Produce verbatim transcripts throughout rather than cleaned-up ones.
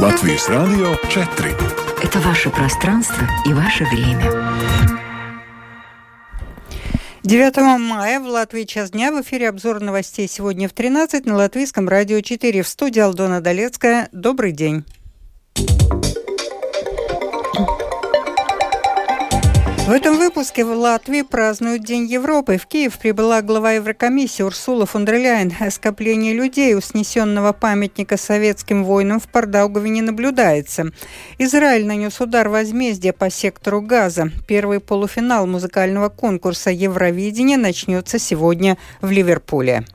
Латвийс Радио четыре. Это ваше пространство и ваше время. девятого мая в Латвии час дня. В эфире обзор новостей сегодня в тринадцать на Латвийском радио четыре. В студии Алдона Долецкая. Добрый день. В этом выпуске в Латвии празднуют День Европы. В Киев прибыла глава Еврокомиссии Урсула фон дер Ляйен. Скопление людей у снесенного памятника советским воинам в Пардаугаве не наблюдается. Израиль нанес удар возмездия по сектору Газа. Первый полуфинал музыкального конкурса Евровидения начнется сегодня в Ливерпуле.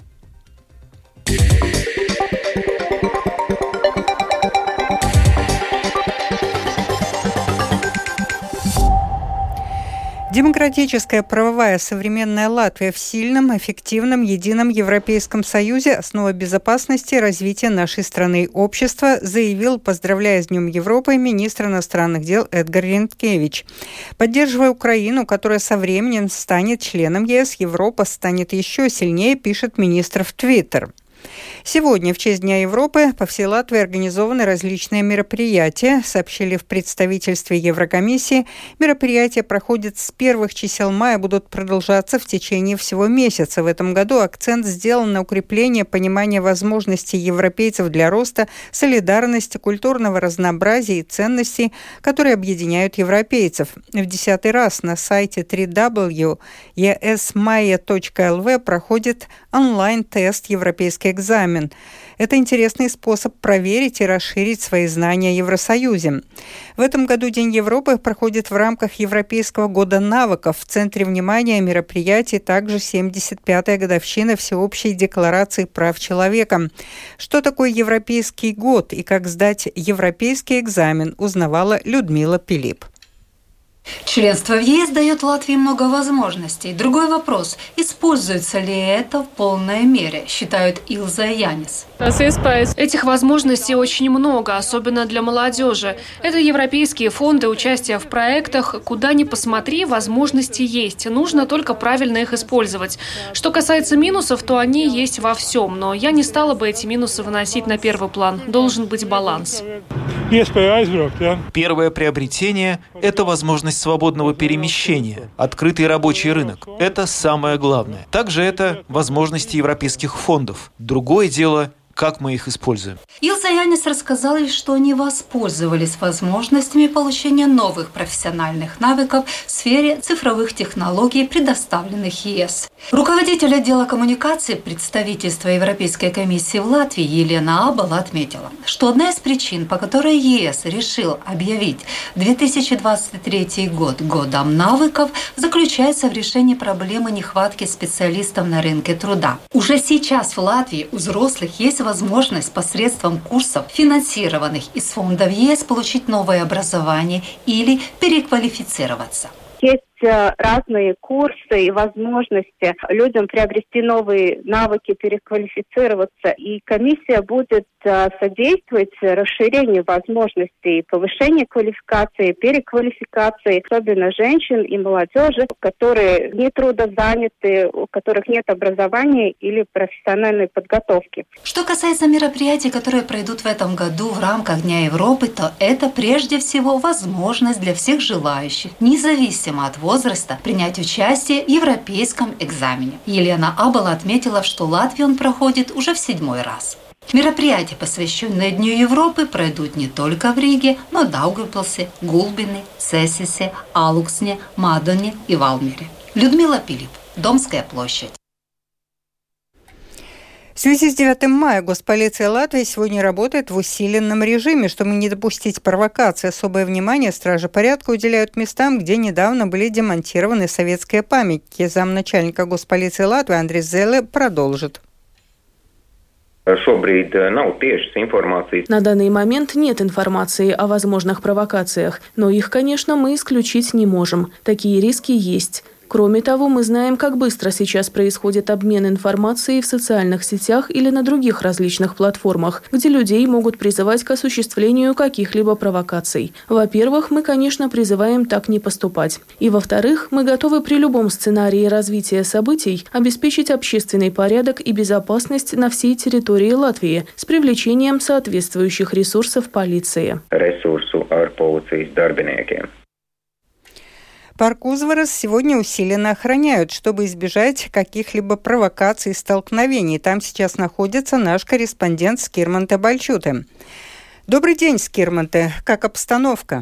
Демократическая, правовая, современная Латвия в сильном, эффективном, едином Европейском Союзе – основа безопасности и развития нашей страны и общества, заявил, поздравляя с Днем Европы, министр иностранных дел Эдгар Ринкевич. Поддерживая Украину, которая со временем станет членом ЕС, Европа станет еще сильнее, пишет министр в Твиттер. Сегодня, в честь Дня Европы, по всей Латвии организованы различные мероприятия, сообщили в представительстве Еврокомиссии. Мероприятия проходят с первых чисел мая, будут продолжаться в течение всего месяца. В этом году акцент сделан на укрепление понимания возможностей европейцев для роста, солидарности, культурного разнообразия и ценностей, которые объединяют европейцев. В десятый раз на сайте дабл ю дабл ю дабл ю точка и эс мая точка эл ви проходит онлайн-тест «Европейский экзамен». Это интересный способ проверить и расширить свои знания о Евросоюзе. В этом году День Европы проходит в рамках Европейского года навыков. В центре внимания мероприятий также семьдесят пятая годовщина Всеобщей декларации прав человека. Что такое Европейский год и как сдать европейский экзамен, узнавала Людмила Пилип. Членство в ЕС дает Латвии много возможностей. Другой вопрос – используется ли это в полной мере, считают Илза и Янис. Этих возможностей очень много, особенно для молодежи. Это европейские фонды, участие в проектах. Куда ни посмотри, возможности есть. Нужно только правильно их использовать. Что касается минусов, то они есть во всем. Но я не стала бы эти минусы выносить на первый план. Должен быть баланс. Первое приобретение – это возможность свободного перемещения, открытый рабочий рынок. Это самое главное. Также это возможности европейских фондов. Другое дело – как мы их используем. Илза и Янис рассказали, что они воспользовались возможностями получения новых профессиональных навыков в сфере цифровых технологий, предоставленных ЕС. Руководитель отдела коммуникации представительства Европейской комиссии в Латвии Елена Абала отметила, что одна из причин, по которой ЕС решил объявить две тысячи двадцать третий год годом навыков, заключается в решении проблемы нехватки специалистов на рынке труда. Уже сейчас в Латвии у взрослых есть возможность посредством курсов, финансированных из фондов ЕС, получить новое образование или переквалифицироваться. Есть разные курсы и возможности людям приобрести новые навыки, переквалифицироваться. И комиссия будет содействовать расширению возможностей повышения квалификации, переквалификации, особенно женщин и молодежи, которые не трудозаняты, у которых нет образования или профессиональной подготовки. Что касается мероприятий, которые пройдут в этом году в рамках Дня Европы, то это прежде всего возможность для всех желающих, независимо от возраста, принять участие в европейском экзамене. Елена Абала отметила, что в Латвии он проходит уже в седьмой раз. Мероприятия, посвященные Дню Европы, пройдут не только в Риге, но и в Даугавпилсе, Гулбине, Цесисе, Алуксне, Мадоне и Валмере. Людмила Пилип, Домская площадь. В связи с девятым мая госполиция Латвии сегодня работает в усиленном режиме, чтобы не допустить провокации. Особое внимание стражи порядка уделяют местам, где недавно были демонтированы советские памятники. Замначальника госполиции Латвии Андрис Зеле продолжит. На данный момент нет информации о возможных провокациях, но их, конечно, мы исключить не можем. Такие риски есть. Кроме того, мы знаем, как быстро сейчас происходит обмен информацией в социальных сетях или на других различных платформах, где людей могут призывать к осуществлению каких-либо провокаций. Во-первых, мы, конечно, призываем так не поступать. И во-вторых, мы готовы при любом сценарии развития событий обеспечить общественный порядок и безопасность на всей территории Латвии с привлечением соответствующих ресурсов полиции. Ресурсу ar policijas darbiniekiem. Парк Узварас сегодня усиленно охраняют, чтобы избежать каких-либо провокаций и столкновений. Там сейчас находится наш корреспондент Скирманте Бальчуте. Добрый день, Скирманте. Как обстановка?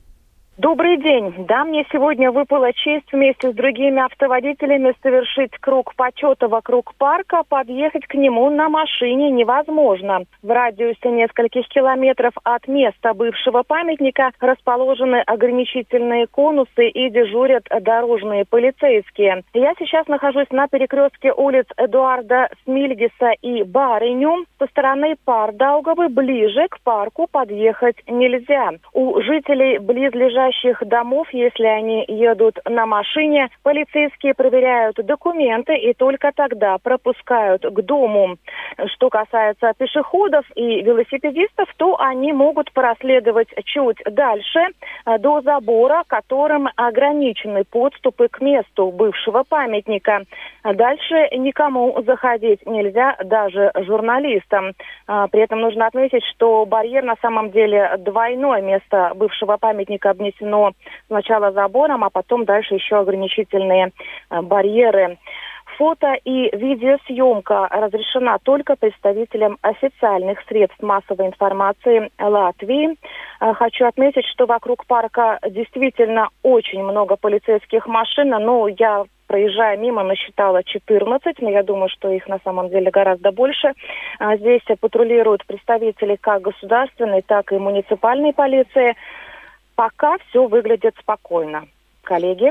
Добрый день. Да, мне сегодня выпала честь вместе с другими автоводителями совершить круг почета вокруг парка. Подъехать к нему на машине невозможно. В радиусе нескольких километров от места бывшего памятника расположены ограничительные конусы и дежурят дорожные полицейские. Я сейчас нахожусь на перекрестке улиц Эдуарда Смильгиса и Барыню. Со стороны Пардаугавы ближе к парку подъехать нельзя. У жителей близлежащих домов, если они едут на машине, полицейские проверяют документы и только тогда пропускают к дому. Что касается пешеходов и велосипедистов, то они могут проследовать чуть дальше до забора, которым ограничены подступы к месту бывшего памятника. Дальше никому заходить нельзя, даже журналистам. При этом нужно отметить, что барьер на самом деле двойной. Место бывшего памятника обнесено сначала забором, а потом дальше еще ограничительные барьеры. Фото и видеосъемка разрешена только представителям официальных средств массовой информации Латвии. Хочу отметить, что вокруг парка действительно очень много полицейских машин, но я, проезжая мимо, насчитала четырнадцать, но я думаю, что их на самом деле гораздо больше. Здесь патрулируют представители как государственной, так и муниципальной полиции. Пока все выглядит спокойно. Коллеги.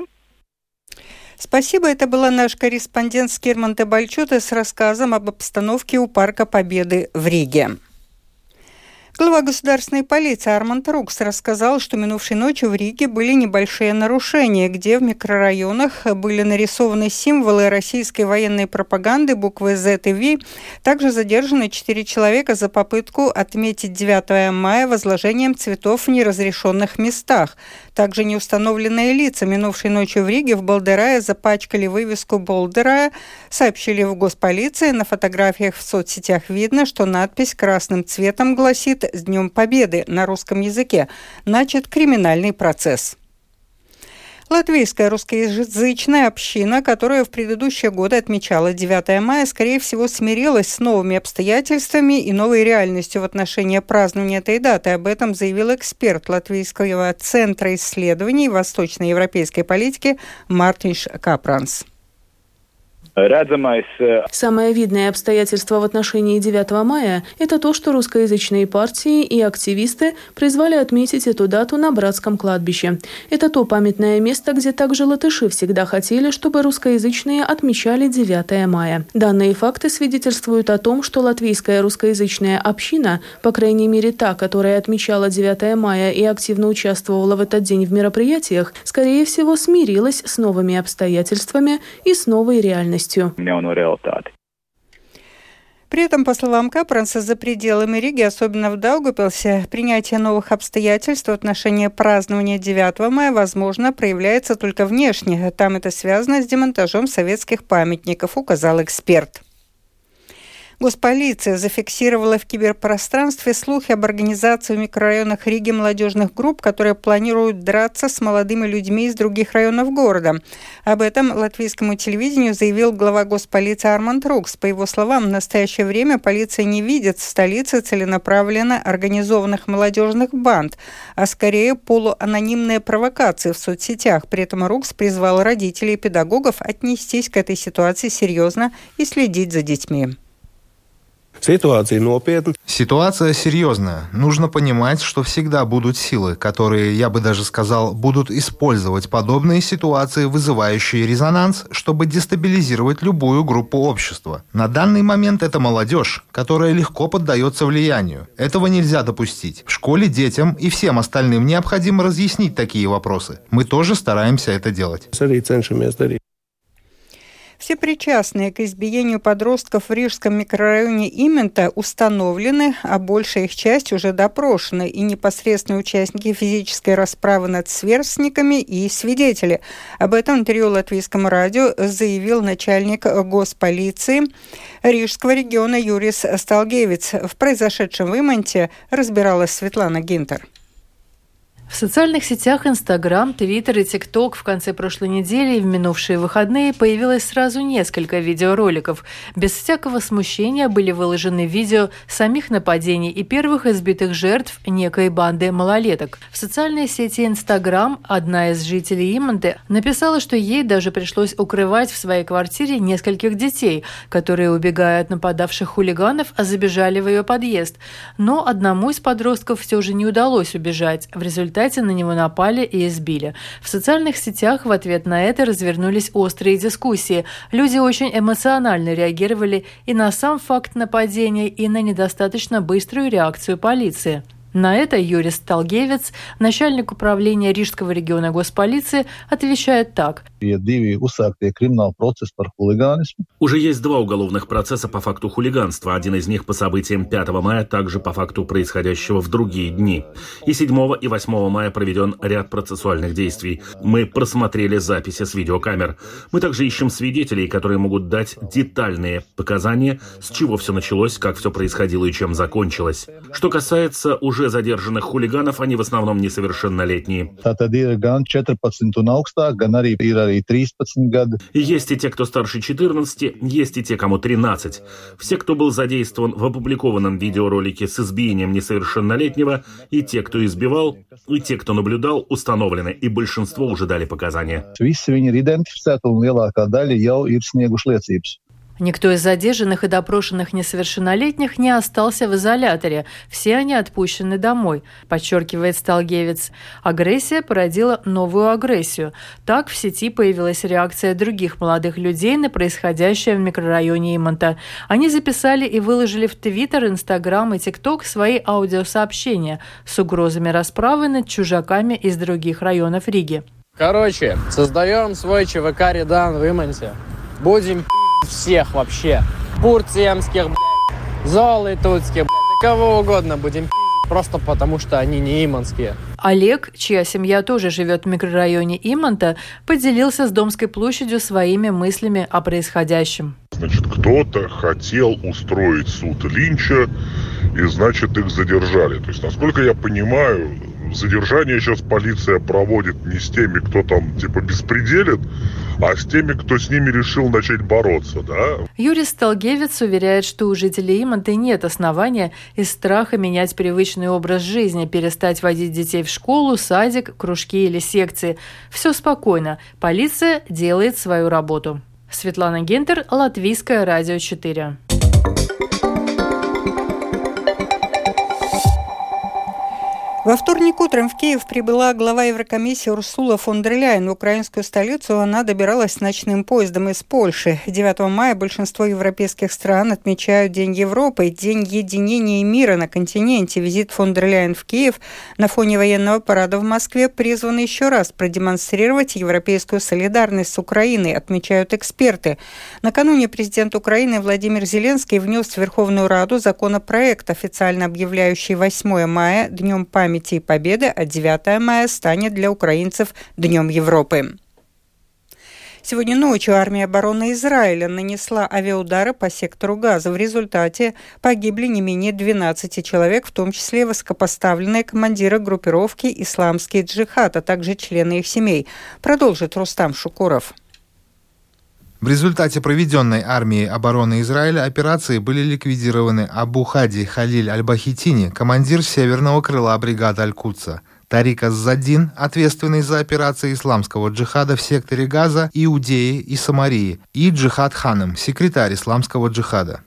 Спасибо. Это была наш корреспондент Скирманте Бальчуте с рассказом об обстановке у Парка Победы в Риге. Глава государственной полиции Арманд Рукс рассказал, что минувшей ночью в Риге были небольшие нарушения, где в микрорайонах были нарисованы символы российской военной пропаганды, буквы Z и V. Также задержаны четыре человека за попытку отметить девятое мая возложением цветов в неразрешенных местах. Также неустановленные лица минувшей ночью в Риге в Болдерае запачкали вывеску Болдерая, сообщили в госполиции. На фотографиях в соцсетях видно, что надпись красным цветом гласит «С Днем Победы» на русском языке. Начат криминальный процесс. Латвийская русскоязычная община, которая в предыдущие годы отмечала девятое мая, скорее всего, смирилась с новыми обстоятельствами и новой реальностью в отношении празднования этой даты. Об этом заявил эксперт Латвийского центра исследований восточноевропейской политики Мартинш Капранс. Самое видное обстоятельство в отношении девятого мая – это то, что русскоязычные партии и активисты призвали отметить эту дату на братском кладбище. Это то памятное место, где также латыши всегда хотели, чтобы русскоязычные отмечали девятое мая. Данные факты свидетельствуют о том, что латвийская русскоязычная община, по крайней мере та, которая отмечала девятое мая и активно участвовала в этот день в мероприятиях, скорее всего, смирилась с новыми обстоятельствами и с новой реальностью. При этом, по словам Капранса, за пределами Риги, особенно в Даугавпилсе, принятие новых обстоятельств в отношении празднования девятого мая, возможно, проявляется только внешне. Там это связано с демонтажом советских памятников, указал эксперт. Госполиция зафиксировала в киберпространстве слухи об организации в микрорайонах Риги молодежных групп, которые планируют драться с молодыми людьми из других районов города. Об этом латвийскому телевидению заявил глава госполиции Арманд Рукс. По его словам, в настоящее время полиция не видит в столице целенаправленно организованных молодежных банд, а скорее полуанонимные провокации в соцсетях. При этом Рукс призвал родителей и педагогов отнестись к этой ситуации серьезно и следить за детьми. Ситуация серьезная. Нужно понимать, что всегда будут силы, которые, я бы даже сказал, будут использовать подобные ситуации, вызывающие резонанс, чтобы дестабилизировать любую группу общества. На данный момент это молодежь, которая легко поддается влиянию. Этого нельзя допустить. В школе детям и всем остальным необходимо разъяснить такие вопросы. Мы тоже стараемся это делать. Все причастные к избиению подростков в рижском микрорайоне Имента установлены, а большая их часть уже допрошены, и непосредственные участники физической расправы над сверстниками и свидетели. Об этом в интервью Латвийскому радио заявил начальник госполиции Рижского региона Юрис Сталгевиц. В произошедшем в Иманте разбиралась Светлана Гинтер. В социальных сетях Инстаграм, Твиттер и ТикТок в конце прошлой недели и в минувшие выходные появилось сразу несколько видеороликов. Без всякого смущения были выложены видео самих нападений и первых избитых жертв некой банды малолеток. В социальной сети Инстаграм одна из жителей Иманты написала, что ей даже пришлось укрывать в своей квартире нескольких детей, которые, убегая от нападавших хулиганов, забежали в ее подъезд. Но одному из подростков все же не удалось убежать. В результате на него напали и избили. В социальных сетях в ответ на это развернулись острые дискуссии. Люди очень эмоционально реагировали и на сам факт нападения, и на недостаточно быструю реакцию полиции. На это Юрис Сталгевиц, начальник управления Рижского региона госполиции, отвечает так. Уже есть два уголовных процесса по факту хулиганства. Один из них по событиям пятого мая, также по факту происходящего в другие дни. И седьмого и восьмого мая проведен ряд процессуальных действий. Мы просмотрели записи с видеокамер. Мы также ищем свидетелей, которые могут дать детальные показания, с чего все началось, как все происходило и чем закончилось. Что касается уже задержанных хулиганов, они в основном несовершеннолетние. И есть и те, кто старше четырнадцати, есть и те, кому тринадцать. Все, кто был задействован в опубликованном видеоролике с избиением несовершеннолетнего, и те, кто избивал, и те, кто наблюдал, установлены, и большинство уже дали показания. Никто из задержанных и допрошенных несовершеннолетних не остался в изоляторе. Все они отпущены домой, подчеркивает Сталгевиц. Агрессия породила новую агрессию. Так в сети появилась реакция других молодых людей на происходящее в микрорайоне Иманта. Они записали и выложили в Твиттер, Инстаграм и ТикТок свои аудиосообщения с угрозами расправы над чужаками из других районов Риги. Короче, создаем свой ЧВК Редан в Иманте. Будем всех вообще. Бурцемских, блядь, золотутских, блядь, да кого угодно будем пиздить, просто потому что они не иманские. Олег, чья семья тоже живет в микрорайоне Иманта, поделился с Домской площадью своими мыслями о происходящем. Значит, кто-то хотел устроить суд Линча, и, значит, их задержали. То есть, насколько я понимаю, задержание сейчас полиция проводит не с теми, кто там, типа, беспределит, а с теми, кто с ними решил начать бороться, да? Юрис Сталгевиц уверяет, что у жителей Иманты нет основания из страха менять привычный образ жизни, перестать водить детей в школу, садик, кружки или секции. Все спокойно. Полиция делает свою работу. Светлана Гинтер, Латвийское радио четыре. Во вторник утром в Киев прибыла глава Еврокомиссии Урсула фон дер Ляйен. В украинскую столицу она добиралась ночным поездом из Польши. девятого мая большинство европейских стран отмечают День Европы, День единения и мира на континенте. Визит фон дер Ляйен в Киев на фоне военного парада в Москве призван еще раз продемонстрировать европейскую солидарность с Украиной, отмечают эксперты. Накануне президент Украины Владимир Зеленский внес в Верховную Раду законопроект, официально объявляющий восьмое мая Днем памяти и Победы, а девятое мая станет для украинцев Днем Европы. Сегодня ночью армия обороны Израиля нанесла авиаудары по сектору Газа. В результате погибли не менее двенадцати человек, в том числе высокопоставленные командиры группировки «Исламский джихад», а также члены их семей. Продолжит Рустам Шукуров. В результате проведенной армией обороны Израиля операции были ликвидированы Абу Хади Халиль Аль-Бахитини, командир северного крыла бригады Аль-Кудса, Тарик Аз-Задин, ответственный за операции исламского джихада в секторе Газа, Иудеи и Самарии, и Джихад Ханым, секретарь исламского джихада.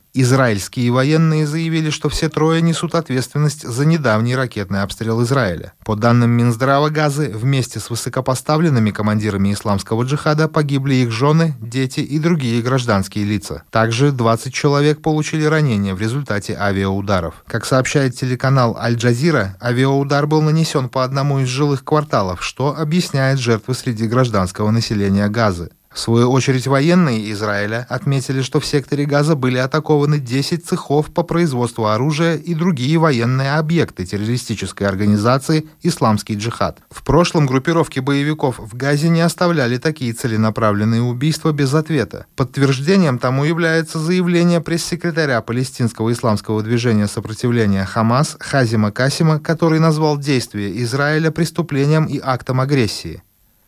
Израильские военные заявили, что все трое несут ответственность за недавний ракетный обстрел Израиля. По данным Минздрава Газы, вместе с высокопоставленными командирами исламского джихада погибли их жены, дети и другие гражданские лица. Также двадцать человек получили ранения в результате авиаударов. Как сообщает телеканал Аль-Джазира, авиаудар был нанесен по одному из жилых кварталов, что объясняет жертвы среди гражданского населения Газы. В свою очередь, военные Израиля отметили, что в секторе Газа были атакованы десять цехов по производству оружия и другие военные объекты террористической организации «Исламский джихад». В прошлом группировки боевиков в Газе не оставляли такие целенаправленные убийства без ответа. Подтверждением тому является заявление пресс-секретаря палестинского исламского движения сопротивления «Хамас» Хазима Касима, который назвал действия Израиля преступлением и актом агрессии.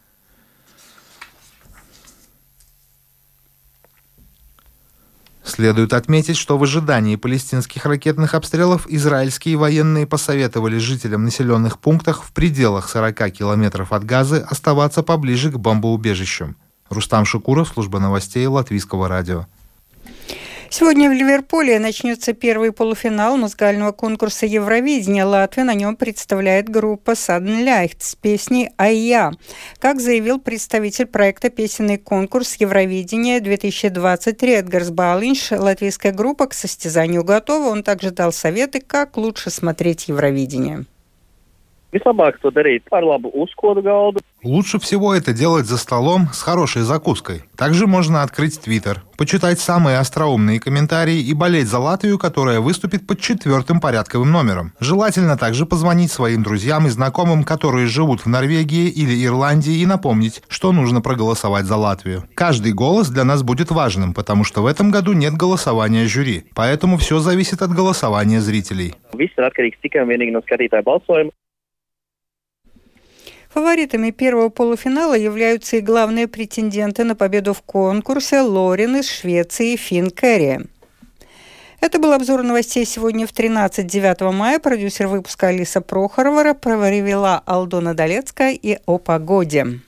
Следует отметить, что в ожидании палестинских ракетных обстрелов израильские военные посоветовали жителям населенных пунктов в пределах сорока километров от Газы оставаться поближе к бомбоубежищам. Рустам Шукуров, служба новостей Латвийского радио. Сегодня в Ливерпуле начнется первый полуфинал музыкального конкурса Евровидения. Латвию на нем представляет группа Sudden Light с песней «Айя». Как заявил представитель проекта «Песенный конкурс Евровидения-две тысячи двадцать три» Эдгарс Балинш, латвийская группа к состязанию готова. Он также дал советы, как лучше смотреть Евровидение. Лучше всего это делать за столом с хорошей закуской. Также можно открыть Твиттер, почитать самые остроумные комментарии и болеть за Латвию, которая выступит под четвертым порядковым номером. Желательно также позвонить своим друзьям и знакомым, которые живут в Норвегии или Ирландии, и напомнить, что нужно проголосовать за Латвию. Каждый голос для нас будет важным, потому что в этом году нет голосования жюри, поэтому все зависит от голосования зрителей. Фаворитами первого полуфинала являются и главные претенденты на победу в конкурсе Лорен из Швеции и Финн Керри. Это был обзор новостей сегодня в тринадцать девятого мая. Продюсер выпуска Алиса Прохорова, провела Алдона Долецкая и о погоде.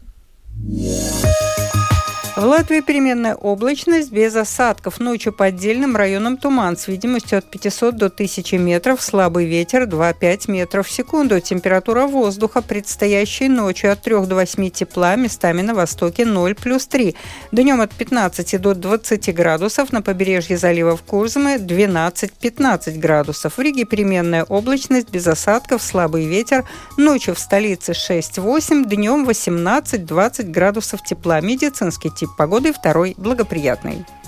В Латвии переменная облачность без осадков. Ночью по отдельным районам туман с видимостью от пятисот до тысячи метров. Слабый ветер два-пять метров в секунду. Температура воздуха предстоящей ночью от трёх до восьми тепла. Местами на востоке ноль плюс три. Днем от пятнадцати до двадцати градусов. На побережье заливов Курзамы двенадцать-пятнадцать градусов. В Риге переменная облачность без осадков. Слабый ветер. Ночью в столице шесть-восемь. Днем восемнадцать-двадцать градусов тепла. Медицинский тип погоды второй благоприятный.